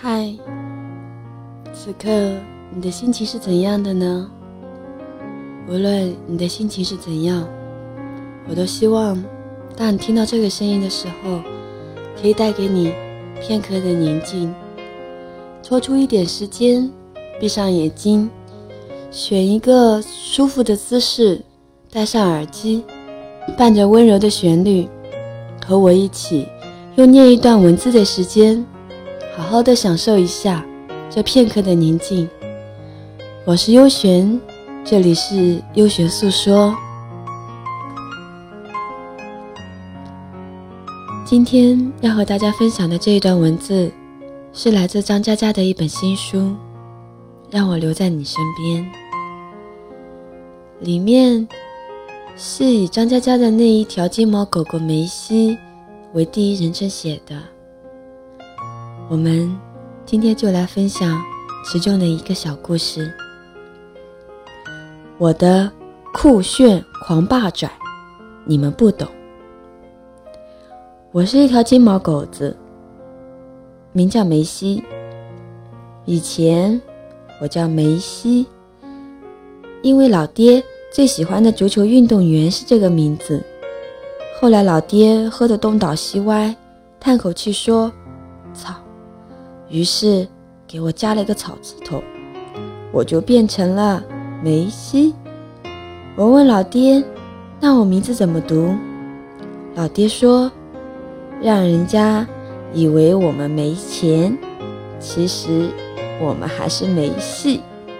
嗨，此刻你的心情是怎样的呢？无论你的心情是怎样，我都希望当你听到这个声音的时候，可以带给你片刻的宁静。抽出一点时间，闭上眼睛，选一个舒服的姿势，戴上耳机，伴着温柔的旋律，和我一起用念一段文字的时间，好好的享受一下这片刻的宁静。我是幽璇，这里是幽璇诉说。今天要和大家分享的这一段文字是来自张嘉佳的一本新书，让我留在你身边。里面是以张嘉佳的那一条金毛狗狗梅西为第一人称写的。我们今天就来分享其中的一个小故事。我的酷炫狂霸拽，你们不懂。我是一条金毛狗子，名叫梅西。以前我叫梅西，因为老爹最喜欢的足球运动员是这个名字。后来老爹喝得东倒西歪，叹口气说草，于是给我加了个草字头，我就变成了梅西。我问老爹，那我名字怎么读？老爹说，让人家以为我们没钱，其实我们还是没戏。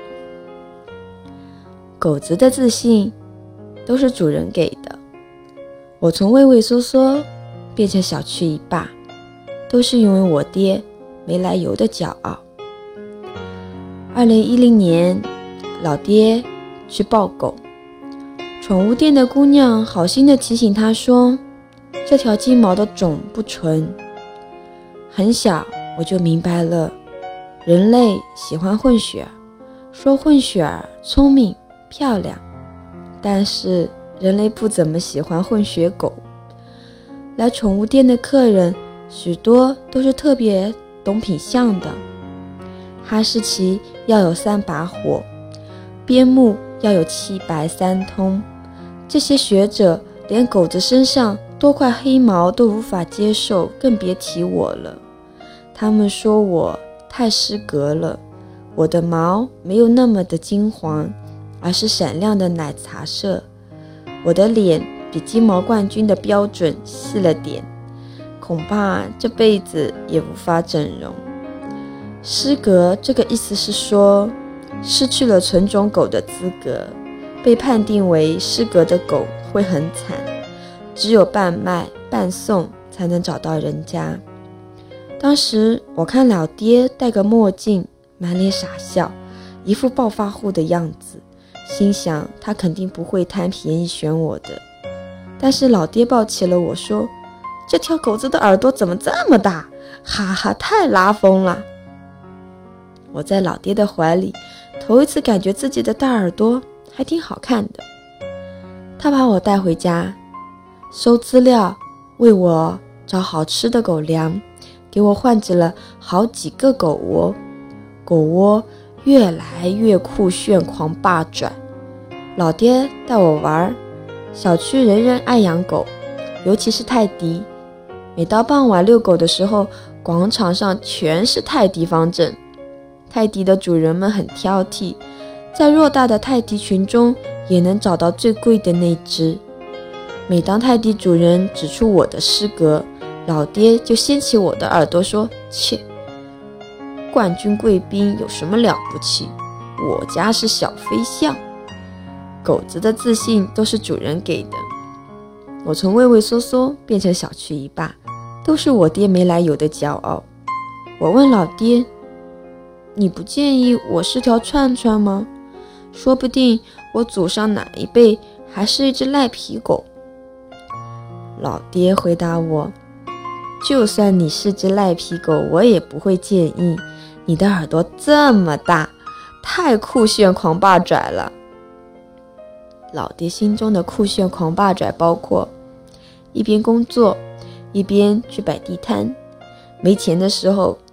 狗子的自信都是主人给的，我从畏畏缩缩变成小区一霸，都是因为我爹没来由的骄傲。2010年，老爹去抱狗，宠物店的姑娘好心的提醒他说，这条金毛的种不纯。很小我就明白了，人类喜欢混血，说混血儿聪明漂亮，但是人类不怎么喜欢混血狗。来宠物店的客人许多都是特别懂品相的，哈士奇要有3把火，边牧要有7白3通。这些学者连狗子身上多块黑毛都无法接受，更别提我了。他们说我太失格了，我的毛没有那么的金黄，而是闪亮的奶茶色。我的脸比金毛冠军的标准细了点，恐怕这辈子也无法整容。失格这个意思是说，失去了纯种狗的资格，被判定为失格的狗会很惨，只有半卖半送才能找到人家。当时我看老爹戴个墨镜，满脸傻笑，一副暴发户的样子，心想他肯定不会贪便宜选我的。但是老爹抱起了我说，这条狗子的耳朵怎么这么大，哈哈，太拉风了。我在老爹的怀里头一次感觉自己的大耳朵还挺好看的。他把我带回家，收资料，为我找好吃的狗粮，给我换置了好几个狗窝，狗窝越来越酷炫狂霸拽。老爹带我玩，小区人人爱养狗，尤其是泰迪。每到傍晚遛狗的时候，广场上全是泰迪方阵。泰迪的主人们很挑剔，在偌大的泰迪群中也能找到最贵的那只。每当泰迪主人指出我的失格，老爹就掀起我的耳朵说，切，冠军贵宾有什么了不起，我家是小飞象。狗子的自信都是主人给的，我从畏畏缩缩变成小区一霸，都是我爹没来由的骄傲。我问老爹，你不介意我是条串串吗？说不定我祖上哪一辈还是一只赖皮狗。老爹回答我，就算你是只赖皮狗，我也不会介意，你的耳朵这么大，太酷炫狂霸拽了。老爹心中的酷炫狂霸拽包括一边工作一边去摆地摊，没钱的时候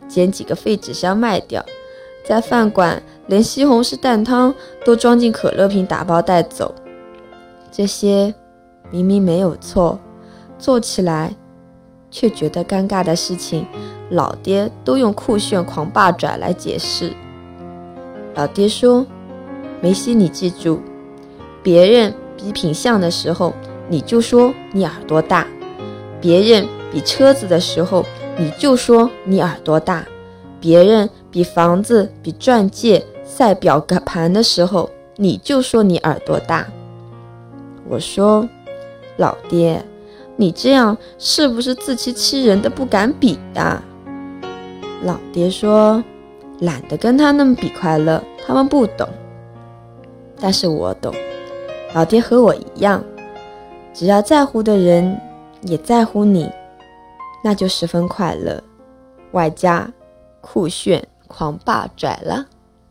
捡几个废纸箱卖掉，在饭馆连西红柿蛋汤都装进可乐瓶打包带走。这些明明没有错，做起来却觉得尴尬的事情，老爹都用酷炫狂霸拽来解释。老爹说，梅西，你记住，别人比品相的时候，你就说你耳朵大；别人比车子的时候，你就说你耳朵大；别人比房子、比钻戒、赛表盘的时候，你就说你耳朵大。我说，老爹，你这样是不是自欺欺人的不敢比呀？老爹说，懒得跟他们比快乐，他们不懂。但是我懂，老爹和我一样，只要在乎的人也在乎你，那就十分快乐，外加酷炫狂霸拽了。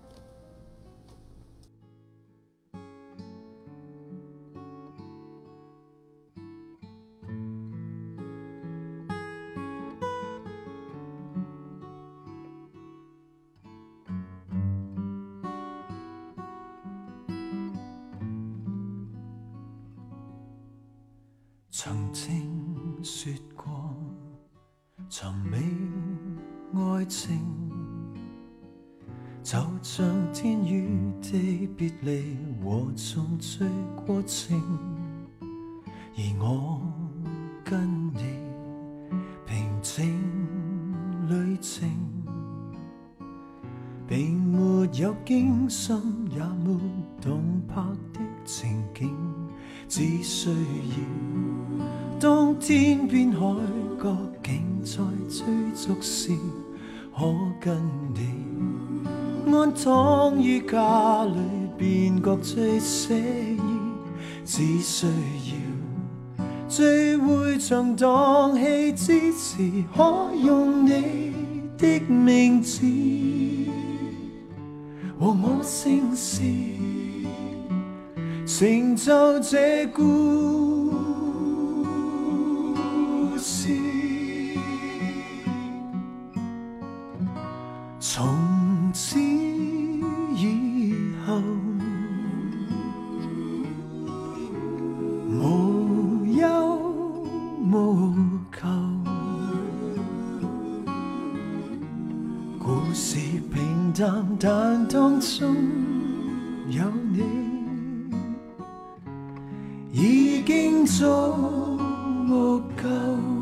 曾经說過尋覓愛情，就像天與地別離和重聚過程，而我跟你平靜旅程，並沒有驚心也沒動魄的情景，只需要當天邊海角竟在追逐時，可跟你安躺於家裏便覺最寫意，只需要聚會場蕩氣之時，可用你的名字和我姓氏，成就這故事。從此以後，無憂無求，故事平淡，但當中有你，已經足夠。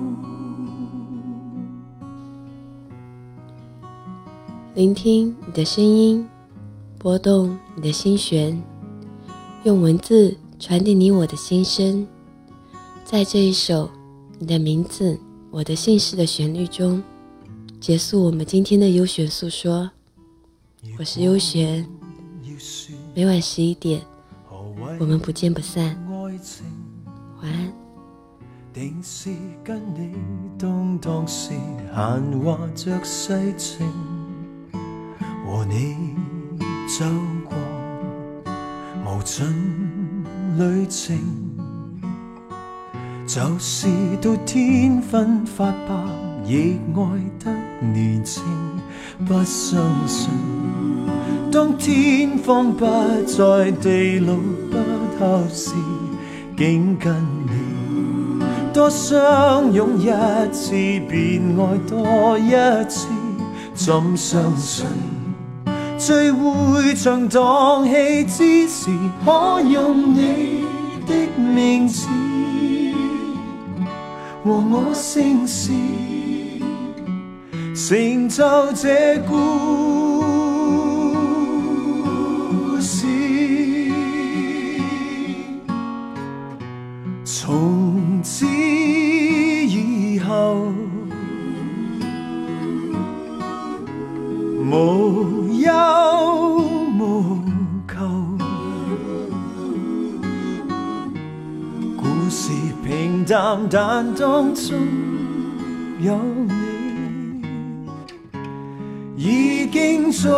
聆听你的声音，拨动你的心弦，用文字传递你我的心声。在这一首你的名字我的姓氏的旋律中，结束我们今天的优选诉说。我是优璇，每晚11点我们不见不散，晚安。 定是跟你動當時閒話着世情，和你走過無盡旅程，就是到天昏發白亦愛得年青，不相信當天荒不再地老不透時，竟跟你多相擁一次便愛多一次，怎相信聚會場蕩氣之時，可用你的名字和我姓氏，成就這故事。從此以後，無憂無求，故事平淡，但當中有你，已經足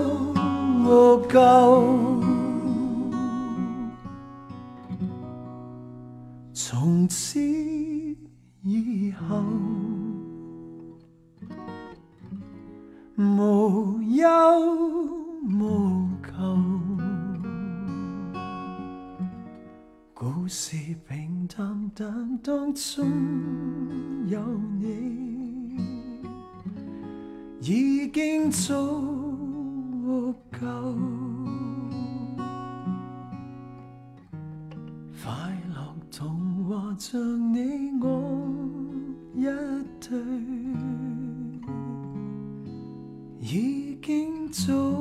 夠。從此以後， 無憂無求，故事平淡但當中有你，已經足夠。快樂童話像你我一對，已經足